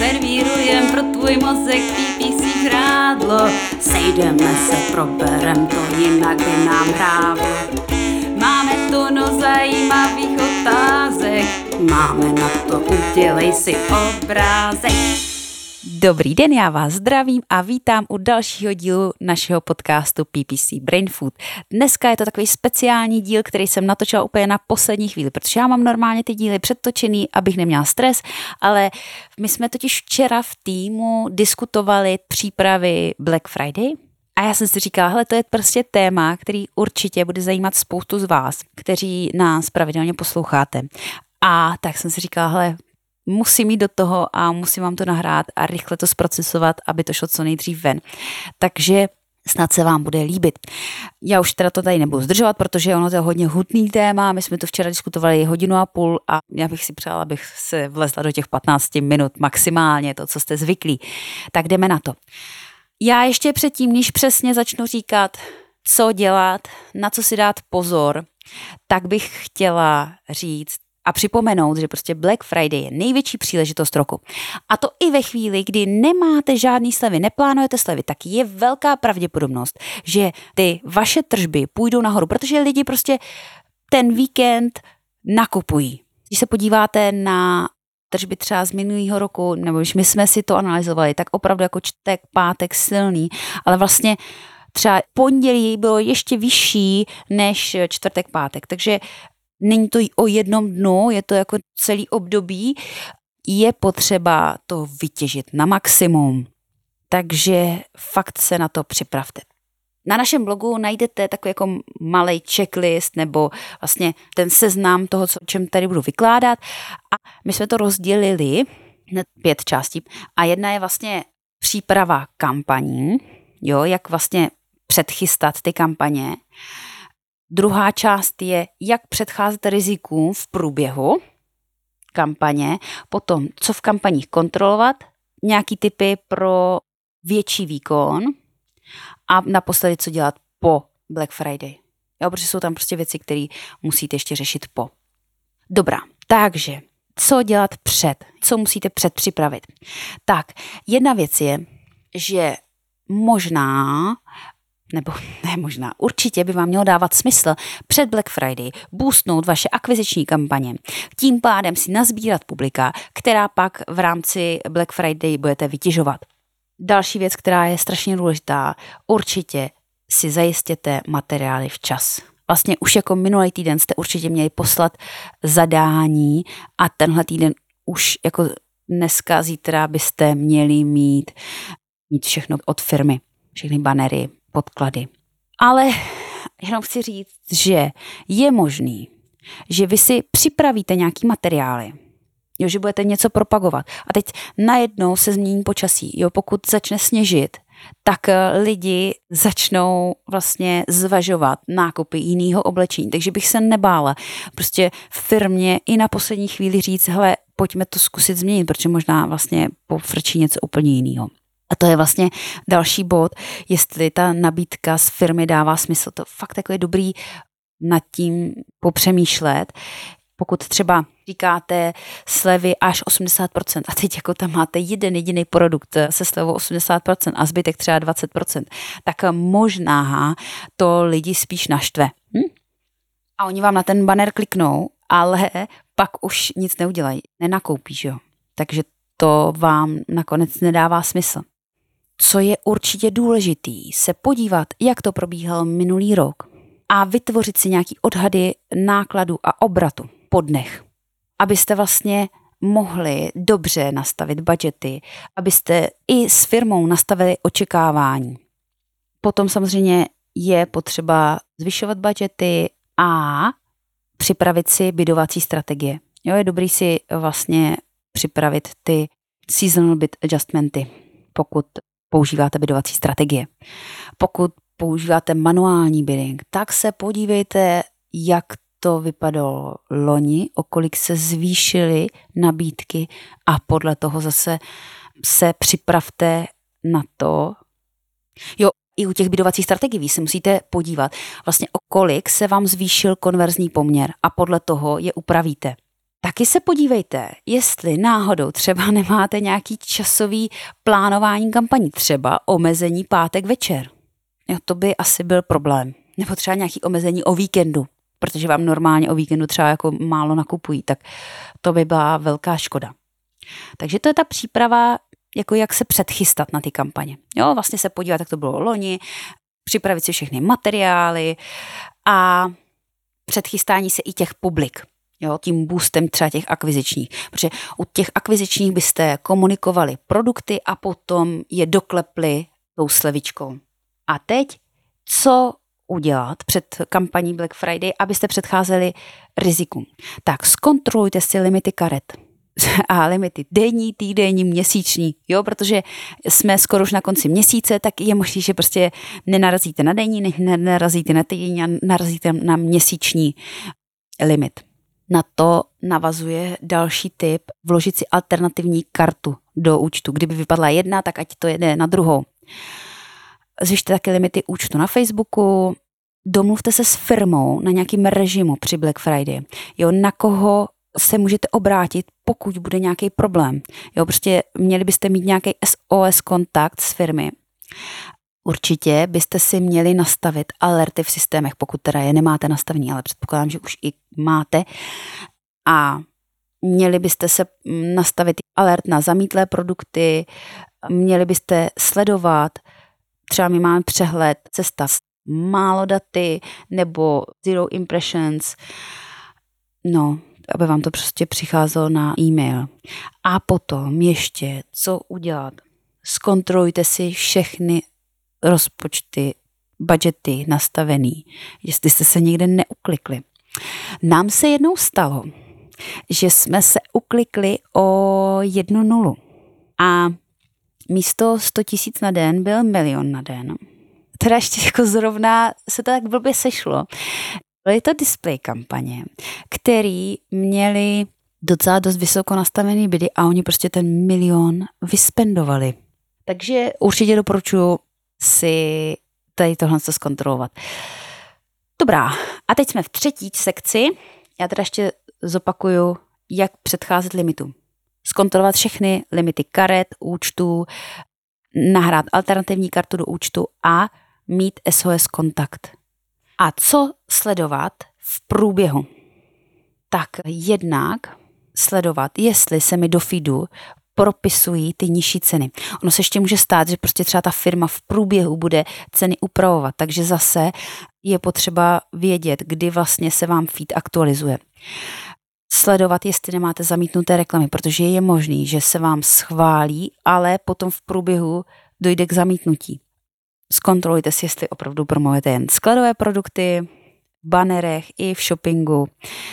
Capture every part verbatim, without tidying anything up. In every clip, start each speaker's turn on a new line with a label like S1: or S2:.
S1: servírujem pro tvůj mozek P P C žrádlo. Sejdeme se, proberem to, jinak by nám hrávlo. Máme tunu zajímavých otázek, máme na to, udělej si obrázek. Dobrý den, já vás zdravím a vítám u dalšího dílu našeho podcastu P P C Brain Food. Dneska je to takový speciální díl, který jsem natočila úplně na poslední chvíli, protože já mám normálně ty díly předtočený, abych neměla stres, ale my jsme totiž včera v týmu diskutovali přípravy Black Friday. A já jsem si říkala, hele, to je prostě téma, který určitě bude zajímat spoustu z vás, kteří nás pravidelně posloucháte. A tak jsem si říkala, hele, musím jít do toho a musím vám to nahrát a rychle to zprocesovat, aby to šlo co nejdřív ven. Takže snad se vám bude líbit. Já už teda to tady nebudu zdržovat, protože ono to je hodně hutný téma. My jsme to včera diskutovali hodinu a půl a já bych si přála, abych se vlezla do těch patnáct minut maximálně, to, co jste zvyklí. Tak jdeme na to. Já ještě předtím, než přesně začnu říkat, co dělat, na co si dát pozor, tak bych chtěla říct a připomenout, že prostě Black Friday je největší příležitost roku. A to i ve chvíli, kdy nemáte žádný slevy, neplánujete slevy, tak je velká pravděpodobnost, že ty vaše tržby půjdou nahoru, protože lidi prostě ten víkend nakupují. Když se podíváte na tržby třeba z minulého roku, nebo když my jsme si to analyzovali, tak opravdu jako čtvrtek, pátek silný, ale vlastně třeba pondělí bylo ještě vyšší než čtvrtek, pátek, takže není to o jednom dnu, je to jako celý období, je potřeba to vytěžit na maximum, takže fakt se na to připravte. Na našem blogu najdete takový jako malej checklist nebo vlastně ten seznam toho, o čem tady budu vykládat a my jsme to rozdělili na pět částí a jedna je vlastně příprava kampaní, jo, jak vlastně předchystat ty kampaně. Druhá část je, jak předcházet rizikům v průběhu kampaně, potom co v kampaních kontrolovat, nějaký tipy pro větší výkon a naposledy, co dělat po Black Friday. Jo, protože jsou tam prostě věci, které musíte ještě řešit po. Dobrá, takže co dělat před? Co musíte předpřipravit? Tak, jedna věc je, že možná, nebo ne možná, určitě by vám mělo dávat smysl před Black Friday boostnout vaše akviziční kampaně. Tím pádem si nazbírat publika, která pak v rámci Black Friday budete vytěžovat. Další věc, která je strašně důležitá, určitě si zajistěte materiály včas. Vlastně už jako minulý týden jste určitě měli poslat zadání a tenhle týden už jako dneska, zítra byste měli mít, mít všechno od firmy, všechny banery, podklady. Ale jenom chci říct, že je možný, že vy si připravíte nějaký materiály, jo, že budete něco propagovat. A teď najednou se změní počasí. Jo, pokud začne sněžit, tak lidi začnou vlastně zvažovat nákupy jiného oblečení. Takže bych se nebála prostě v firmě i na poslední chvíli říct, hele, pojďme to zkusit změnit, protože možná vlastně pofrčí něco úplně jiného. A to je vlastně další bod, jestli ta nabídka z firmy dává smysl. To fakt jako je dobrý nad tím popřemýšlet. Pokud třeba říkáte slevy až osmdesát procent a teď jako tam máte jeden jediný produkt se slevou osmdesát procent a zbytek třeba dvacet procent, tak možná to lidi spíš naštve. Hm? A oni vám na ten banner kliknou, ale pak už nic neudělají, nenakoupí, jo. Takže to vám nakonec nedává smysl. Co je určitě důležitý, se podívat, jak to probíhalo minulý rok a vytvořit si nějaký odhady nákladu a obratu po dnech, abyste vlastně mohli dobře nastavit budgety, abyste i s firmou nastavili očekávání. Potom samozřejmě je potřeba zvyšovat budgety a připravit si bidovací strategie. Jo, je dobrý si vlastně připravit ty seasonal bid adjustmenty, pokud používáte bidovací strategie. Pokud používáte manuální bidding, tak se podívejte, jak to vypadalo loni, o kolik se zvýšily nabídky a podle toho zase se připravte na to. Jo, i u těch bidovacích strategií se musíte podívat, vlastně o kolik se vám zvýšil konverzní poměr a podle toho je upravíte. Taky se podívejte, jestli náhodou třeba nemáte nějaký časový plánování kampaní, třeba omezení pátek večer. Jo, to by asi byl problém. Nebo třeba nějaký omezení o víkendu, protože vám normálně o víkendu třeba jako málo nakupují, tak to by byla velká škoda. Takže to je ta příprava, jako jak se předchystat na ty kampaně. Jo, vlastně se podívat, jak to bylo loni, připravit si všechny materiály a předchystání se i těch publik. Jo, tím boostem třeba těch akvizičních. Protože u těch akvizičních byste komunikovali produkty a potom je doklepli tou slevičkou. A teď, co udělat před kampaní Black Friday, abyste předcházeli rizikům? Tak zkontrolujte si limity karet. A limity denní, týdenní, měsíční, jo, protože jsme skoro už na konci měsíce, tak je možné, že prostě nenarazíte na denní, nenarazíte na týdenní a narazíte na měsíční limit. Na to navazuje další tip, vložit si alternativní kartu do účtu. Kdyby vypadla jedna, tak ať to jede na druhou. Zvyšte taky limity účtu na Facebooku, domluvte se s firmou na nějakým režimu při Black Friday. Jo, na koho se můžete obrátit, pokud bude nějaký problém. Jo, prostě měli byste mít nějaký S O S kontakt s firmy. Určitě byste si měli nastavit alerty v systémech, pokud teda je nemáte nastavený, ale předpokládám, že už i máte. A měli byste se nastavit alert na zamítlé produkty, měli byste sledovat, třeba my máme přehled cesta s málo daty nebo zero impressions, no, aby vám to prostě přicházelo na e-mail. A potom ještě, co udělat? Zkontrolujte si všechny rozpočty, budgety nastavený, jestli jste se někde neuklikli. Nám se jednou stalo, že jsme se uklikli o jednu nulu a místo sto tisíc na den byl milion na den. Teda ještě jako zrovna se to tak blbě sešlo. Byly to display kampaně, který měli docela dost vysoko nastavený bidy a oni prostě ten milion vyspendovali. Takže určitě doporučuji si tady tohle zkontrolovat. Dobrá, a teď jsme v třetí sekci. Já teda ještě zopakuju, jak předcházet limitům. Zkontrolovat všechny limity karet, účtů, nahrát alternativní kartu do účtu a mít S O S kontakt. A co sledovat v průběhu? Tak jednak sledovat, jestli se mi do feedu propisují ty nižší ceny. Ono se ještě může stát, že prostě třeba ta firma v průběhu bude ceny upravovat, takže zase je potřeba vědět, kdy vlastně se vám feed aktualizuje. Sledovat, jestli nemáte zamítnuté reklamy, protože je možný, že se vám schválí, ale potom v průběhu dojde k zamítnutí. Zkontrolujte si, jestli opravdu promujete jen skladové produkty, v banerech i v shoppingu,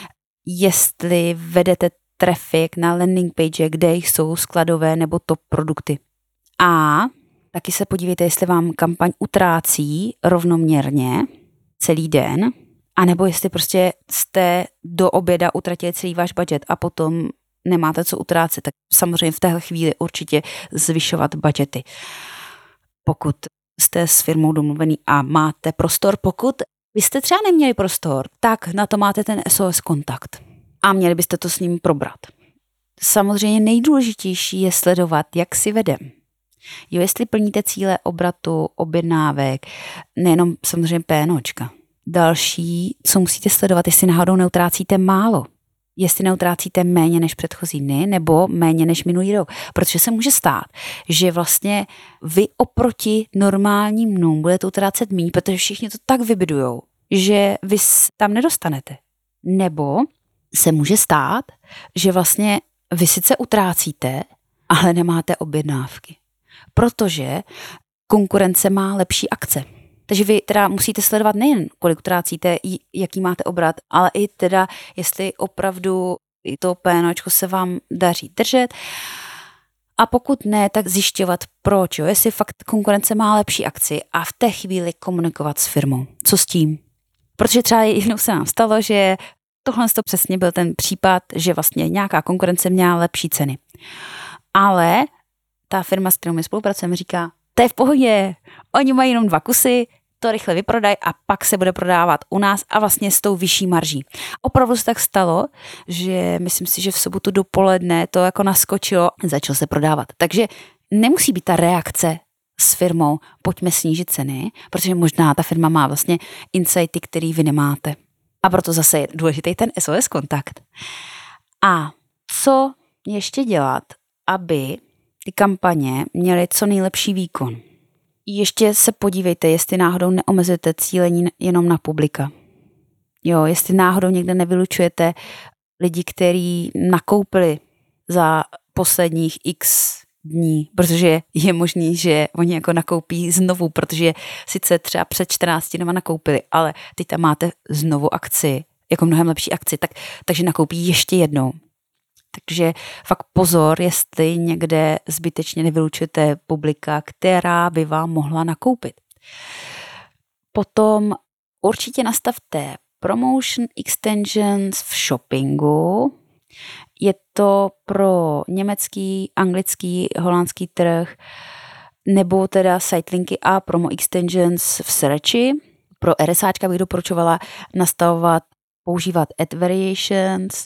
S1: jestli vedete traffic na landing page, kde jsou skladové nebo top produkty. A taky se podívejte, jestli vám kampaň utrácí rovnoměrně celý den, anebo jestli prostě jste do oběda utratili celý váš budget a potom nemáte co utrácet, tak samozřejmě v téhle chvíli určitě zvyšovat budgety. Pokud jste s firmou domluvený a máte prostor, pokud byste třeba neměli prostor, tak na to máte ten S O S kontakt a měli byste to s ním probrat. Samozřejmě nejdůležitější je sledovat, jak si vedem. Jo, jestli plníte cíle obratu, objednávek, nejenom samozřejmě PNOčka. Další, co musíte sledovat, jestli náhodou neutrácíte málo. Jestli neutrácíte méně než předchozí dny nebo méně než minulý rok. Protože se může stát, že vlastně vy oproti normálním dnům budete utrácet méně, protože všichni to tak vybydujou, že vy tam nedostanete. Nebo se může stát, že vlastně vy sice utrácíte, ale nemáte objednávky. Protože konkurence má lepší akce. Takže vy teda musíte sledovat nejen, kolik utrácíte, jaký máte obrat, ale i teda, jestli opravdu to PNOčko se vám daří držet. A pokud ne, tak zjišťovat proč, jo? Jestli fakt konkurence má lepší akci a v té chvíli komunikovat s firmou. Co s tím? Protože třeba jednou se nám stalo, že tohle to přesně byl ten případ, že vlastně nějaká konkurence měla lepší ceny. Ale ta firma, s kterou my spolupracujeme, říká, to je v pohodě, oni mají jenom dva kusy, to rychle vyprodají a pak se bude prodávat u nás a vlastně s tou vyšší marží. Opravdu se tak stalo, že myslím si, že v sobotu dopoledne to jako naskočilo a začalo se prodávat. Takže nemusí být ta reakce s firmou, pojďme snížit ceny, protože možná ta firma má vlastně insighty, který vy nemáte. A proto zase je důležitý ten S O S kontakt. A co ještě dělat, aby ty kampaně měly co nejlepší výkon? Ještě se podívejte, jestli náhodou neomezujete cílení jenom na publika. Jo, jestli náhodou někde nevylučujete lidi, kteří nakoupili za posledních x dní, protože je možný, že oni jako nakoupí znovu, protože sice třeba před čtrnácti dnama nakoupili, ale teď tam máte znovu akci, jako mnohem lepší akci, tak, takže nakoupí ještě jednou. Takže fakt pozor, jestli někde zbytečně nevylučujete publika, která by vám mohla nakoupit. Potom určitě nastavte promotion extensions v shoppingu. Je to pro německý, anglický, holandský trh, nebo teda sitelinky a promo extensions v searchi. Pro RSáčka bych doporučovala nastavovat, používat ad variations.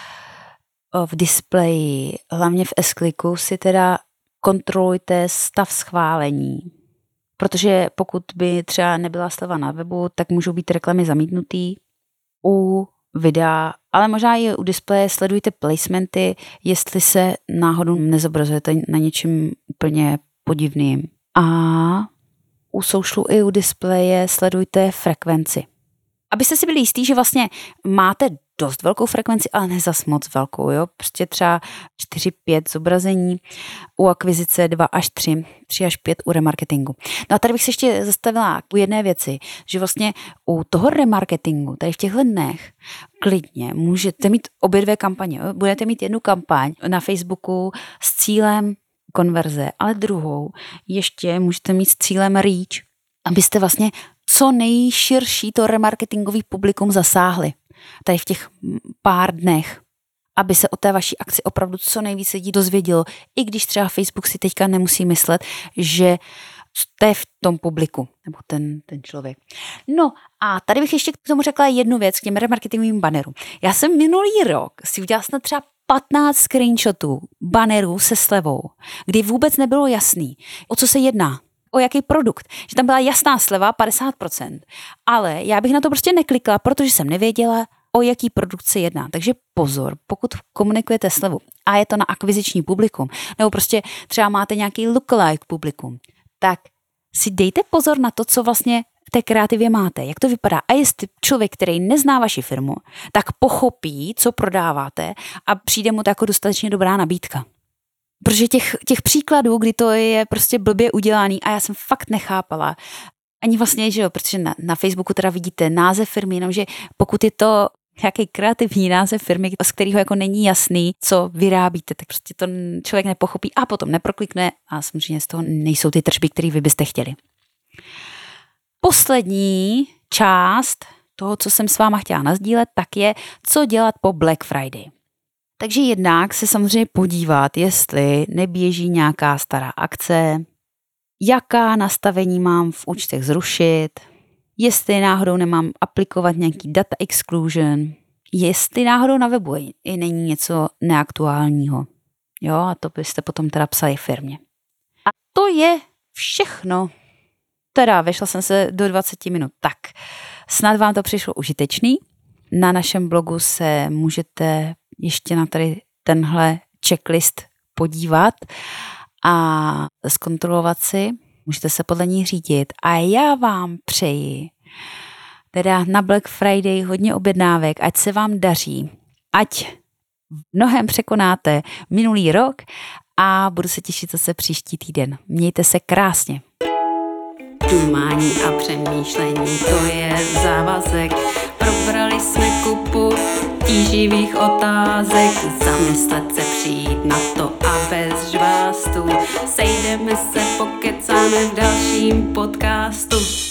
S1: V displeji, hlavně v S-Clicku si teda kontrolujte stav schválení. Protože pokud by třeba nebyla sleva na webu, tak můžou být reklamy zamítnutý. U videa, ale možná i u displeje sledujte placementy, jestli se náhodou nezobrazujete na něčem úplně podivným. A u socialu i u displeje sledujte frekvenci. Abyste si byli jistí, že vlastně máte dost velkou frekvenci, ale ne zas moc velkou, jo. Prostě třeba čtyři pět zobrazení, u akvizice dva až tři, tři až pět u remarketingu. No a tady bych se ještě zastavila u jedné věci, že vlastně u toho remarketingu, tady v těchto dnech, klidně můžete mít obě dvě kampaně, jo. Budete mít jednu kampaň na Facebooku s cílem konverze, ale druhou ještě můžete mít s cílem reach, abyste vlastně co nejširší to remarketingový publikum zasáhli. Tady v těch pár dnech, aby se o té vaší akci opravdu co nejvíce lidí dozvědělo, i když třeba Facebook si teďka nemusí myslet, že jste v tom publiku, nebo ten, ten člověk. No a tady bych ještě k tomu řekla jednu věc, k těm remarketingovým bannerům. Já jsem minulý rok si udělala snad třeba patnáct screenshotů bannerů se slevou, kdy vůbec nebylo jasný, o co se jedná. O jaký produkt, že tam byla jasná sleva padesát procent, ale já bych na to prostě neklikla, protože jsem nevěděla, o jaký produkt se jedná. Takže pozor, pokud komunikujete slevu a je to na akviziční publikum, nebo prostě třeba máte nějaký lookalike publikum, tak si dejte pozor na to, co vlastně v té kreativě máte, jak to vypadá. A jestli člověk, který nezná vaši firmu, tak pochopí, co prodáváte a přijde mu to jako dostatečně dobrá nabídka. Protože těch, těch příkladů, kdy to je prostě blbě udělaný a já jsem fakt nechápala. Ani vlastně, že jo, protože na, na Facebooku teda vidíte název firmy, jenomže pokud je to nějaký kreativní název firmy, z kterého jako není jasný, co vyrábíte, tak prostě to člověk nepochopí a potom neproklikne a samozřejmě z toho nejsou ty tržby, které vy byste chtěli. Poslední část toho, co jsem s váma chtěla nasdílet, tak je, co dělat po Black Friday. Takže jednak se samozřejmě podívat, jestli neběží nějaká stará akce, jaká nastavení mám v účtech zrušit, jestli náhodou nemám aplikovat nějaký data exclusion, jestli náhodou na webu i není něco neaktuálního. Jo, a to byste potom teda psali firmě. A to je všechno. Teda vešla jsem se do dvacet minut. Tak, snad vám to přišlo užitečný. Na našem blogu se můžete ještě na tady tenhle checklist podívat a zkontrolovat si. Můžete se podle ní řídit. A já vám přeji teda na Black Friday hodně objednávek, ať se vám daří, ať v mnohem překonáte minulý rok a budu se těšit zase příští týden. Mějte se krásně.
S2: Dumání a přemýšlení, to je závazek. Probrali jsme kupu tíživých otázek. Zamyslet se, přijít na to a bez žvástu. Sejdeme se, pokecáme v dalším podcastu.